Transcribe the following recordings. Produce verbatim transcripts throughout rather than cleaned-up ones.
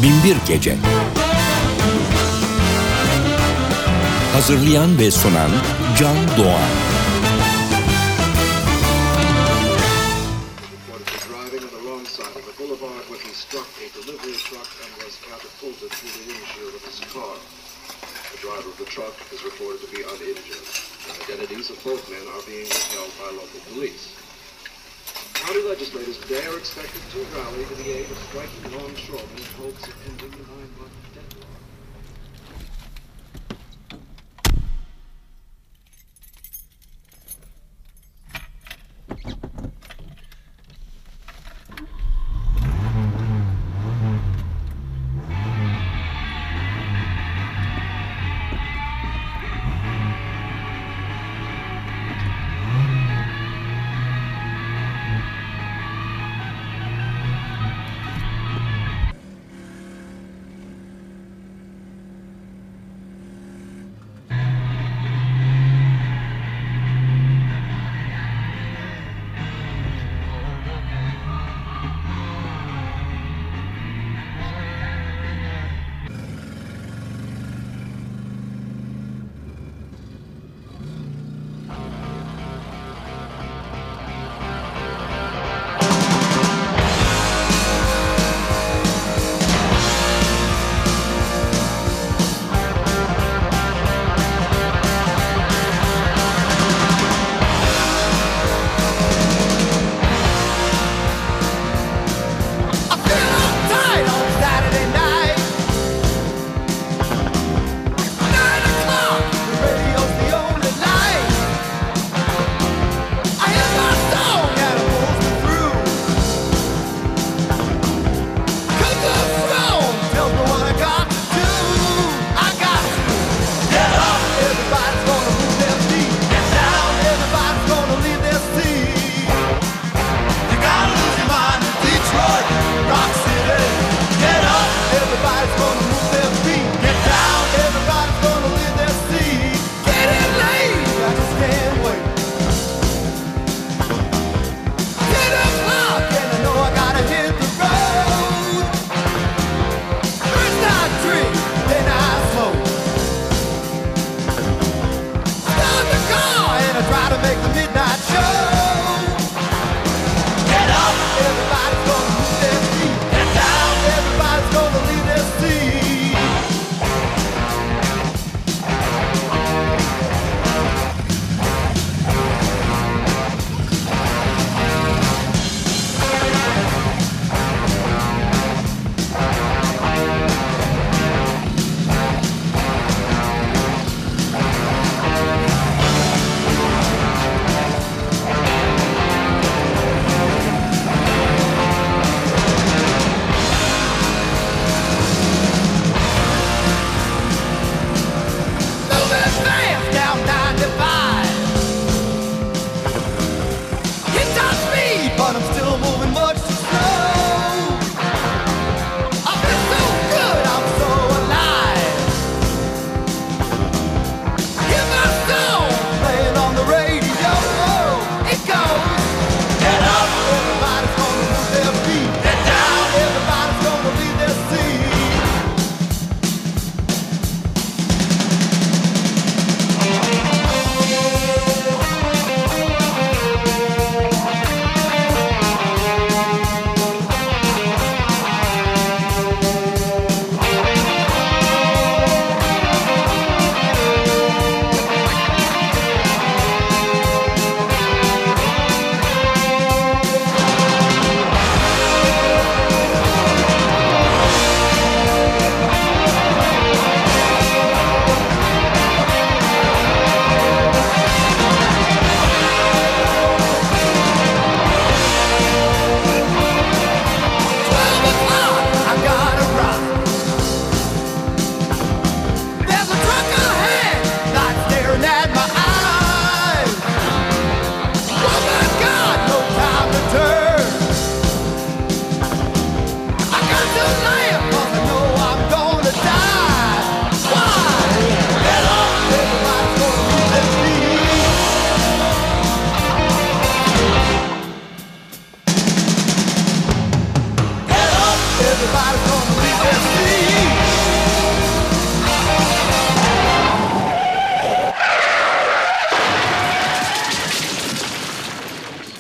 Binbir Gece. Hazırlayan ve sunan Can Doğan. The driver of the truck is reported to be uninjured. The identities of both men are being withheld by local police. County legislators today are expected to rally to the aid of striking longshoremen in hopes of ending the nine-month deadlock.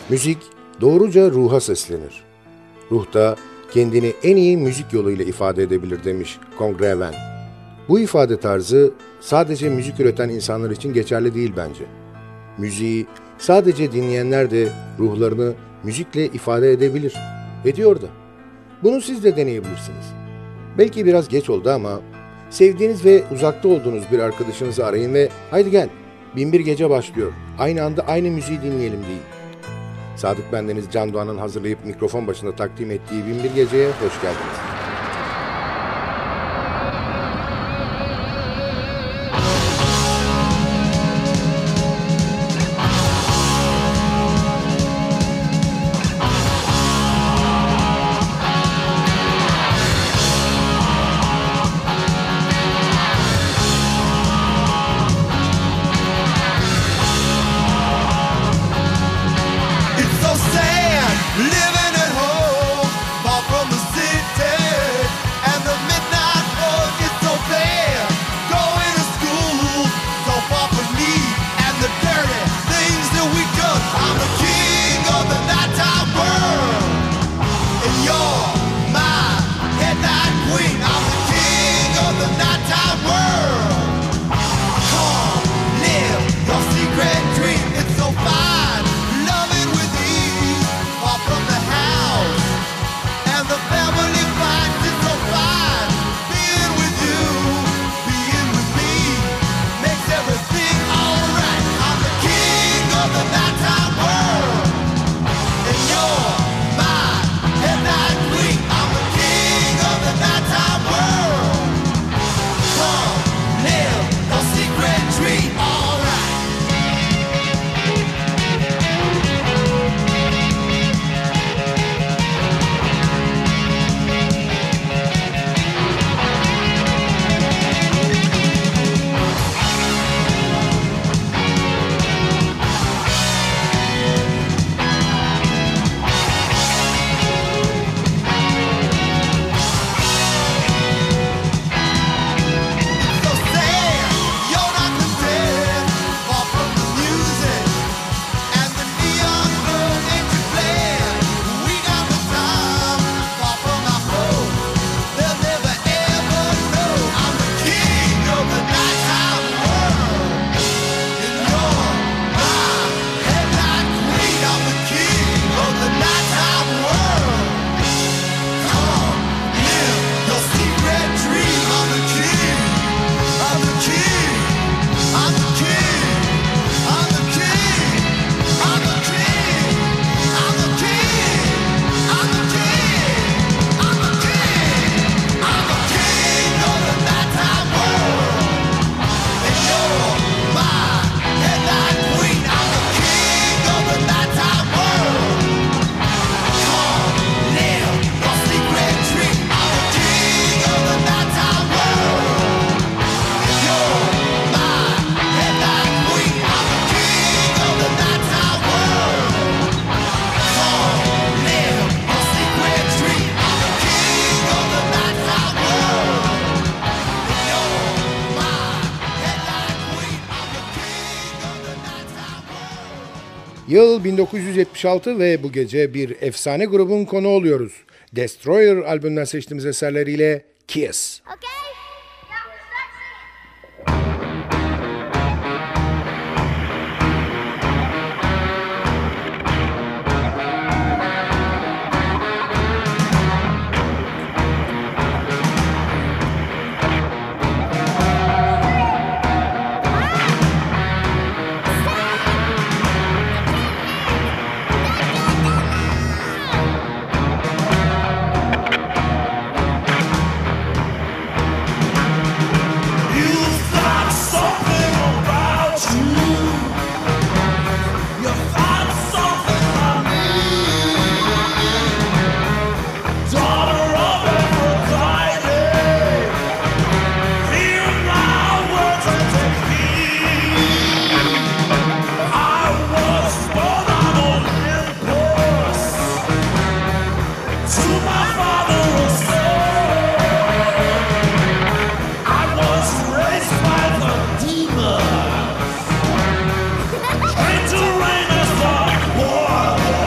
Müzik doğruca ruha seslenir. Ruh da kendini en iyi müzik yoluyla ifade edebilir demiş Kongreven. Bu ifade tarzı sadece müzik üreten insanlar için geçerli değil bence. Müziği sadece dinleyenler de ruhlarını müzikle ifade edebilir. Ediyor da. Bunu siz de deneyebilirsiniz. Belki biraz geç oldu ama sevdiğiniz ve uzakta olduğunuz bir arkadaşınızı arayın ve haydi gel, Binbir Gece başlıyor. Aynı anda aynı müziği dinleyelim deyin. Sadık bendeniz Can Doğan'ın hazırlayıp mikrofon başında takdim ettiği Binbir Gece'ye hoş geldiniz. Yıl bin dokuz yüz yetmiş altı ve bu gece bir efsane grubun konu oluyoruz. Destroyer albümünden seçtiğimiz eserleriyle Kiss. Okay. Trained to rain us on war.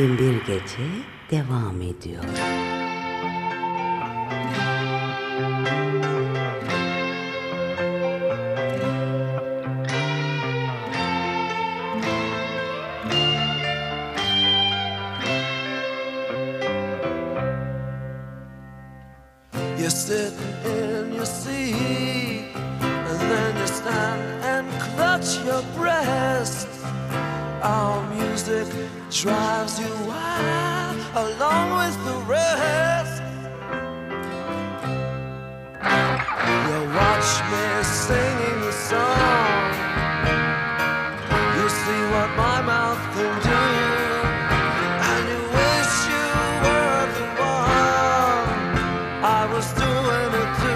Binbir Gece devam ediyor. You're sitting in your seat, and then you stand and clutch your breast. Our music drives you wild along with the rest. You watch me singing the song. You see what my mouth can do, and you wish you were the one I was doing it to.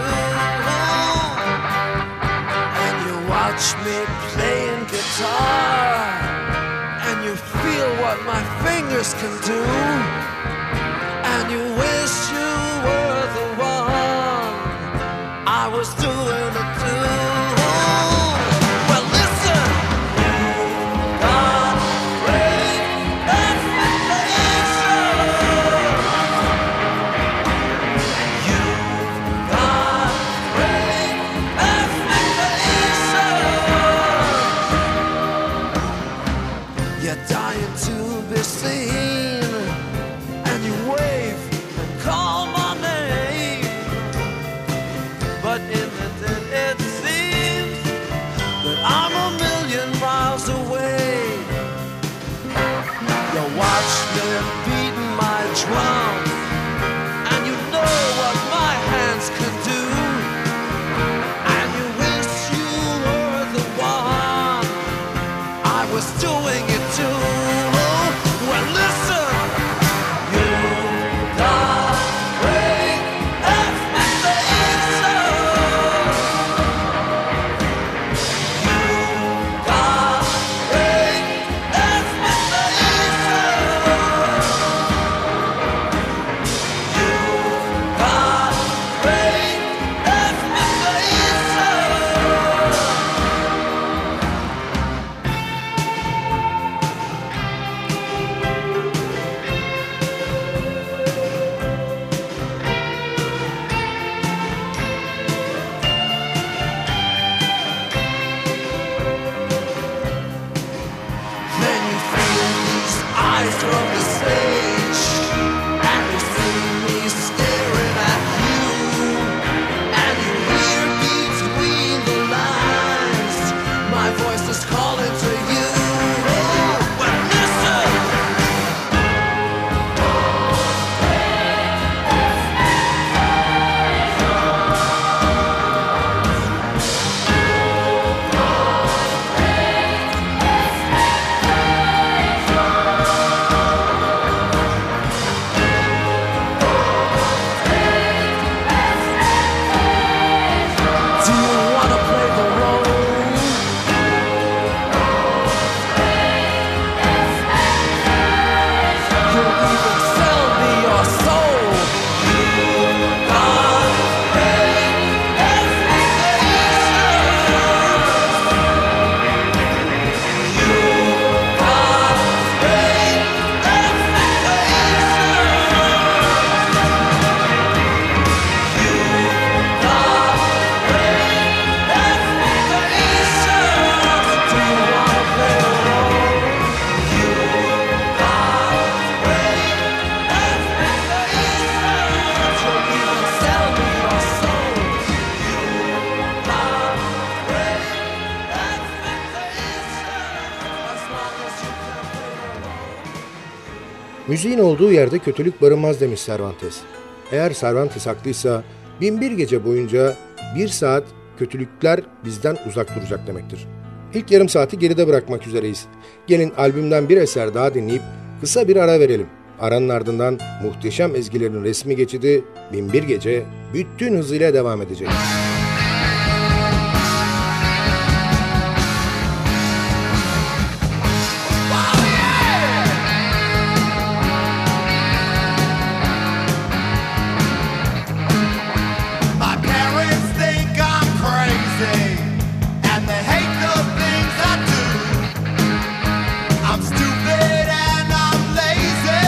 And you watch me playing guitar, and you feel what my fingers can do, and you wish you were the one I was doing it to. Well, listen, you've got great expectations. You've got great expectations. You're dying to be seen, and you wave and call my name. But in the end it seems that I'm a million miles away. You watch me beating my drum, and you know what my hands can do, and you wish you were the one I was doing it to. Well, listen, you've got great expectations. You've got great expectations. You've got great Then you feel these eyes from the stage, and you see me staring at you, and you hear between the lines my voice is calling to you. Well, listen, do you wanna play the role? You'll even sell me your soul. You've got great expectations. You've got great expectations. You've got great expectations. Do you wanna play the role? You've got great expectations. You'll even sell me your soul. You've got great expectations. As long as you can play the role. Müziğin olduğu yerde kötülük barınmaz demiş Cervantes. Eğer Cervantes haklıysa Binbir Gece boyunca bir saat kötülükler bizden uzak duracak demektir. İlk yarım saati geride bırakmak üzereyiz. Gelin albümden bir eser daha dinleyip kısa bir ara verelim. Aranın ardından muhteşem ezgilerin resmi geçidi Binbir Gece bütün hızıyla devam edecek. My parents think I'm crazy, and they hate the things I do. I'm stupid and I'm lazy.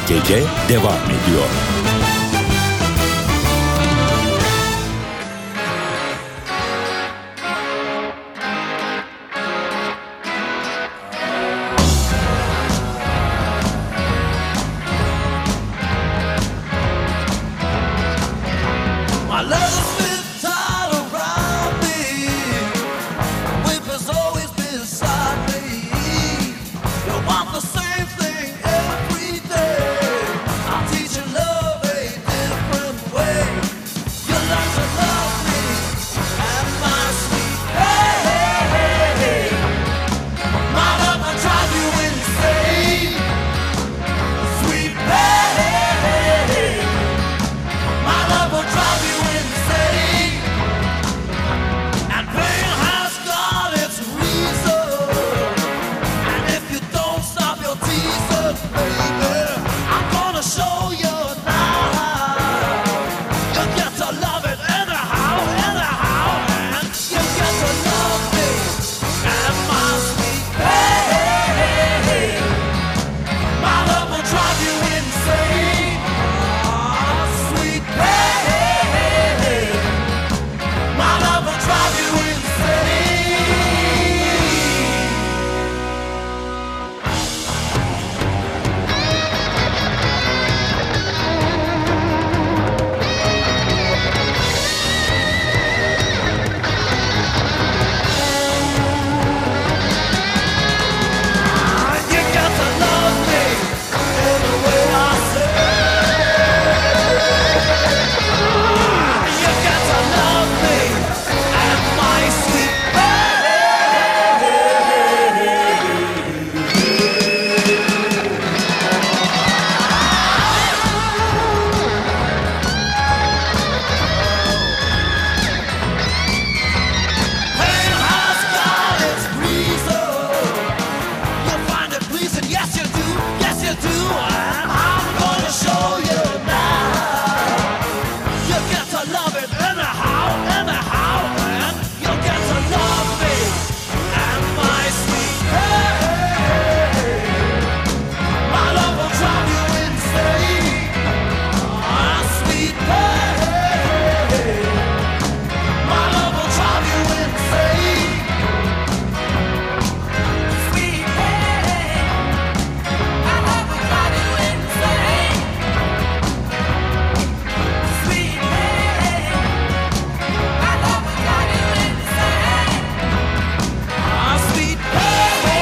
Gece devam ediyor. My love's been tied around me. Whip has always been beside me. You want the same thing every day. I'll teach you love a different way. You learn to love me and my sweet baby. My love will drive you insane. Sweet baby. My love will drive you insane. And pain has got its reason. And if you don't stop your teasing, baby, I'm gonna show you now. You get to love it anyhow, anyhow. And you get to love me and my sweet baby. My love will drive you insane. Ah, sweet baby. My love will drive you insane. You got to love me in the way I say. You got to love me and my sweet pain has got its reason. You'll find it pleasing, yes you do, yes you do. And I'm gonna show you now. You get to love it anyhow, anyhow. And you'll get to love me and my sweet baby. My love will drive you insane. Ah, sweet baby. My love will drive you insane. Sweet baby. My love will drive you insane. Sweet baby. My love will drive you insane. Ah, sweet baby.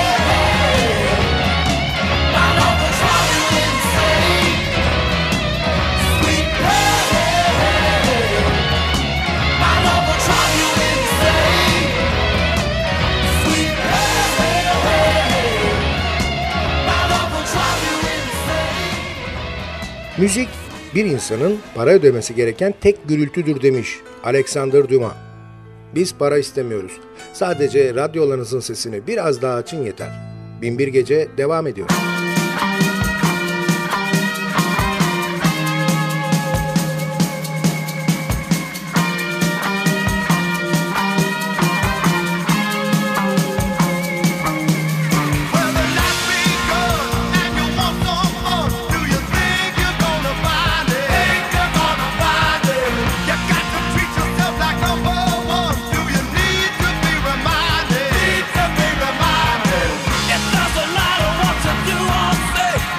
My love will drive you insane. Sweet baby. My love will drive you insane. Sweet baby. My love will drive you insane. Müzik bir insanın para ödemesi gereken tek gürültüdür demiş Alexander Dumas. Biz para istemiyoruz. Sadece radyolarınızın sesini biraz daha açın yeter. Binbir Gece devam ediyor. Well, the night be good and you want some more. Do you think you're gonna find it? Think you're gonna find it? You got to treat yourself like number one. Do you need to be reminded? Need to be reminded. It doesn't matter what you do or say.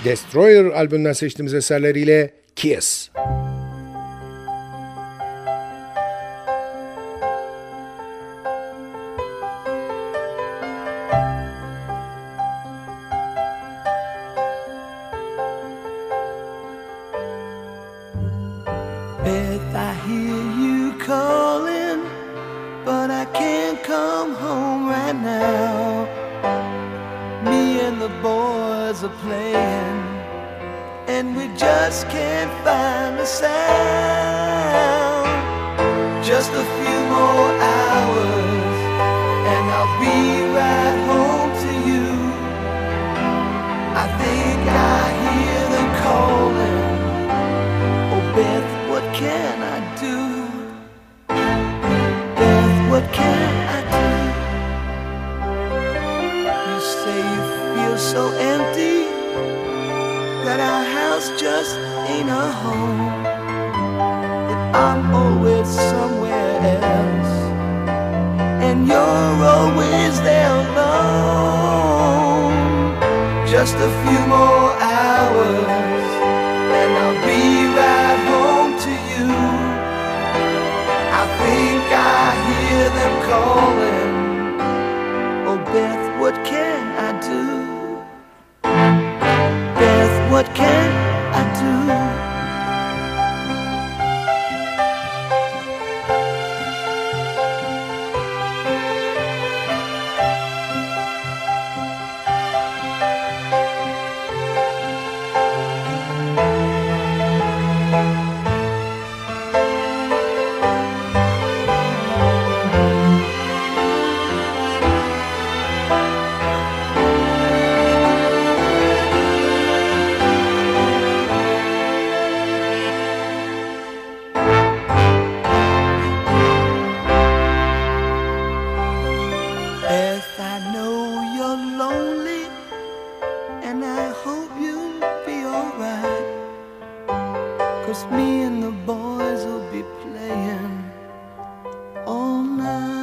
Destroyer albümünden seçtiğimiz eserleriyle Kiss. Beth, I hear you calling, but I can't come home right now. Me and the boys are playing, and we just can't find a sound. Just a few more hours, and I'll be right home to you. I think I hear them calling. Oh, Beth, what can I do? Beth, what can I do? You say you feel so empty, that our house just ain't a home, that I'm always somewhere else, and you're always there alone. Just a few more hours, and I'll be right home to you. I think I hear them calling. Oh, Beth, what can I do? Beth, what can I do? Beth, I know you're lonely, and I hope you'll be alright, 'cause me and the boys will be playing all night.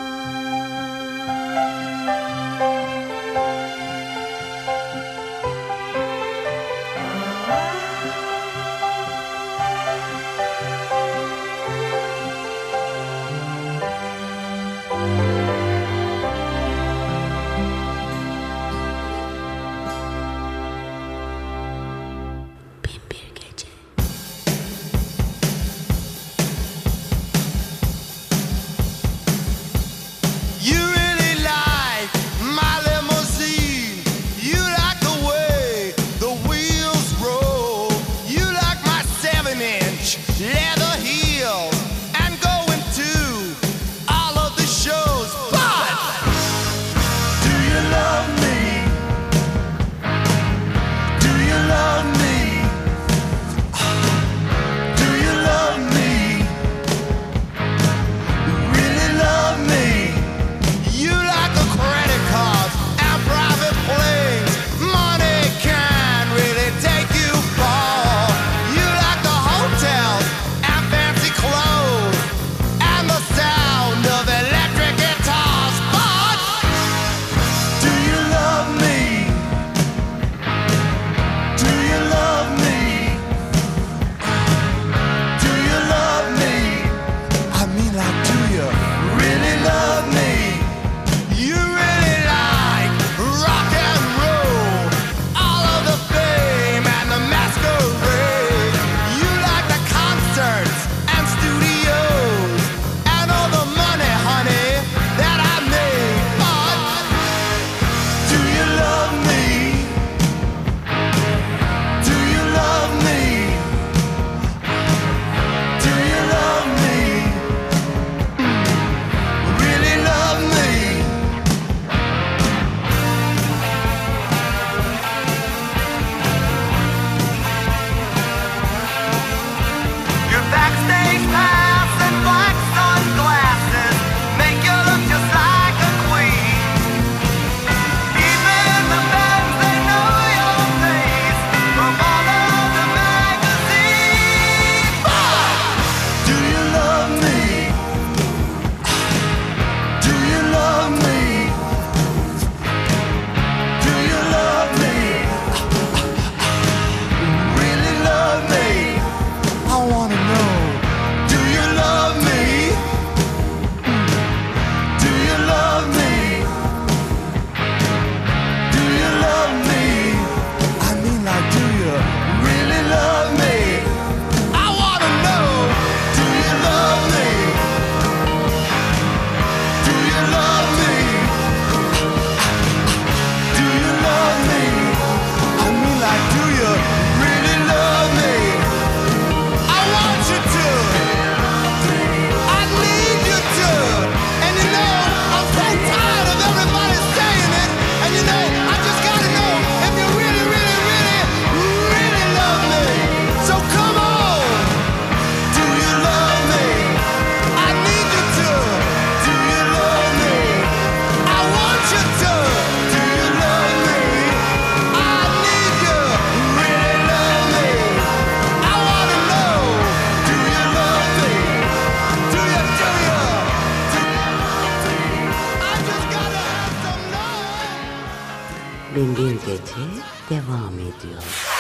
Bin bir gece. You really like my limousine. You like the way the wheels roll. You like my seven inch leather heels and going to all of the shows. But do you love me? Do you love me? Do you love me? Really love me? You like the credit cards and private planes. Money can really take you far. You like the hotels and devam ediyor.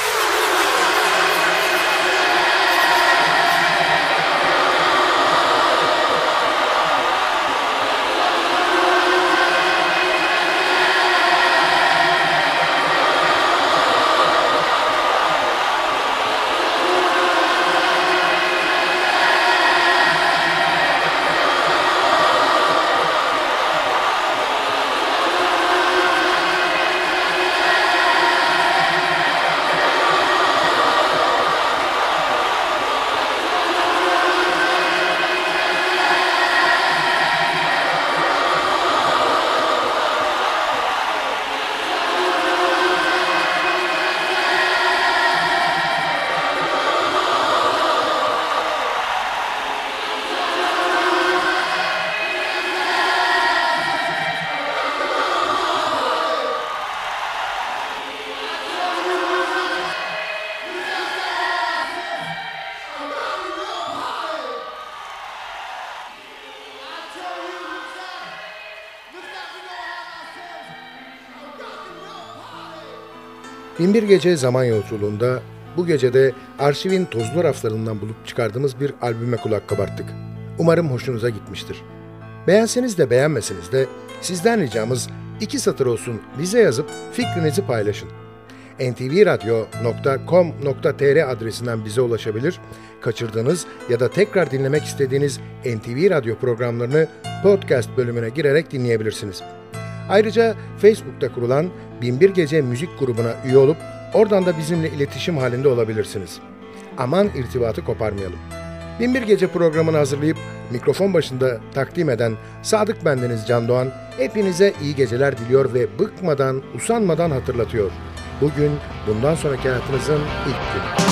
Binbir Gece zaman yolculuğunda bu gecede arşivin tozlu raflarından bulup çıkardığımız bir albüme kulak kabarttık. Umarım hoşunuza gitmiştir. Beğenseniz de beğenmeseniz de sizden ricamız iki satır olsun bize yazıp fikrinizi paylaşın. en ti vi radyo nokta com nokta te er adresinden bize ulaşabilir, kaçırdığınız ya da tekrar dinlemek istediğiniz N T V Radyo programlarını podcast bölümüne girerek dinleyebilirsiniz. Ayrıca Facebook'ta kurulan Binbir Gece müzik grubuna üye olup oradan da bizimle iletişim halinde olabilirsiniz. Aman irtibatı koparmayalım. Binbir Gece programını hazırlayıp mikrofon başında takdim eden Sadık bendeniz Can Doğan, hepinize iyi geceler diliyor ve bıkmadan, usanmadan hatırlatıyor. Bugün bundan sonraki hayatınızın ilk günü.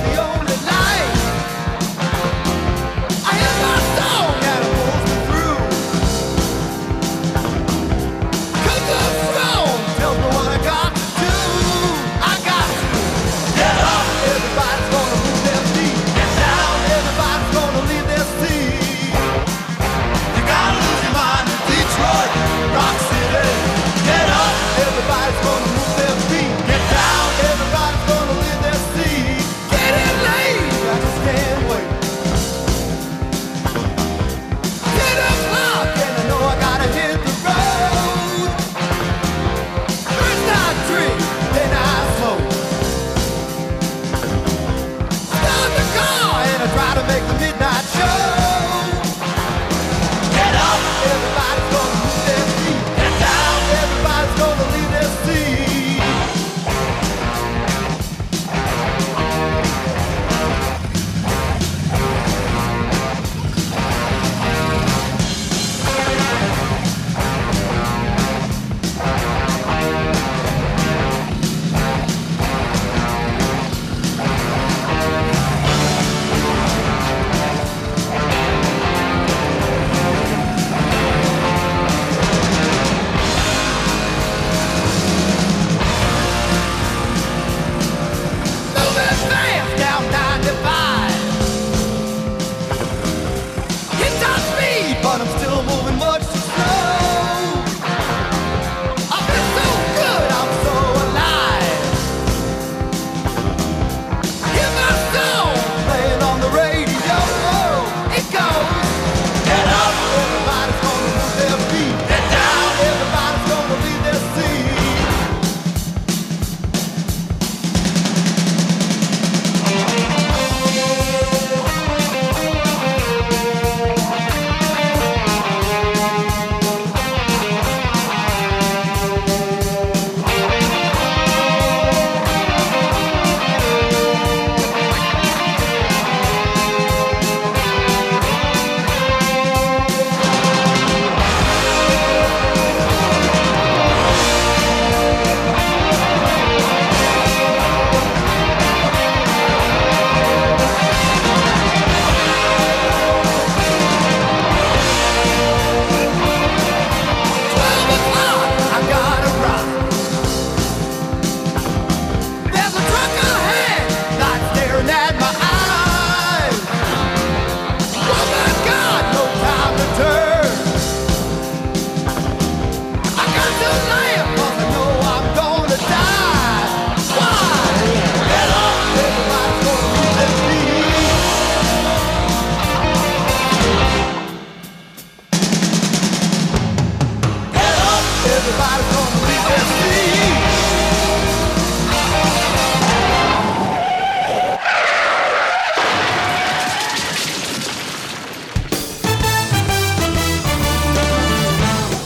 Through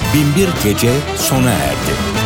Binbir Gece sona erdi.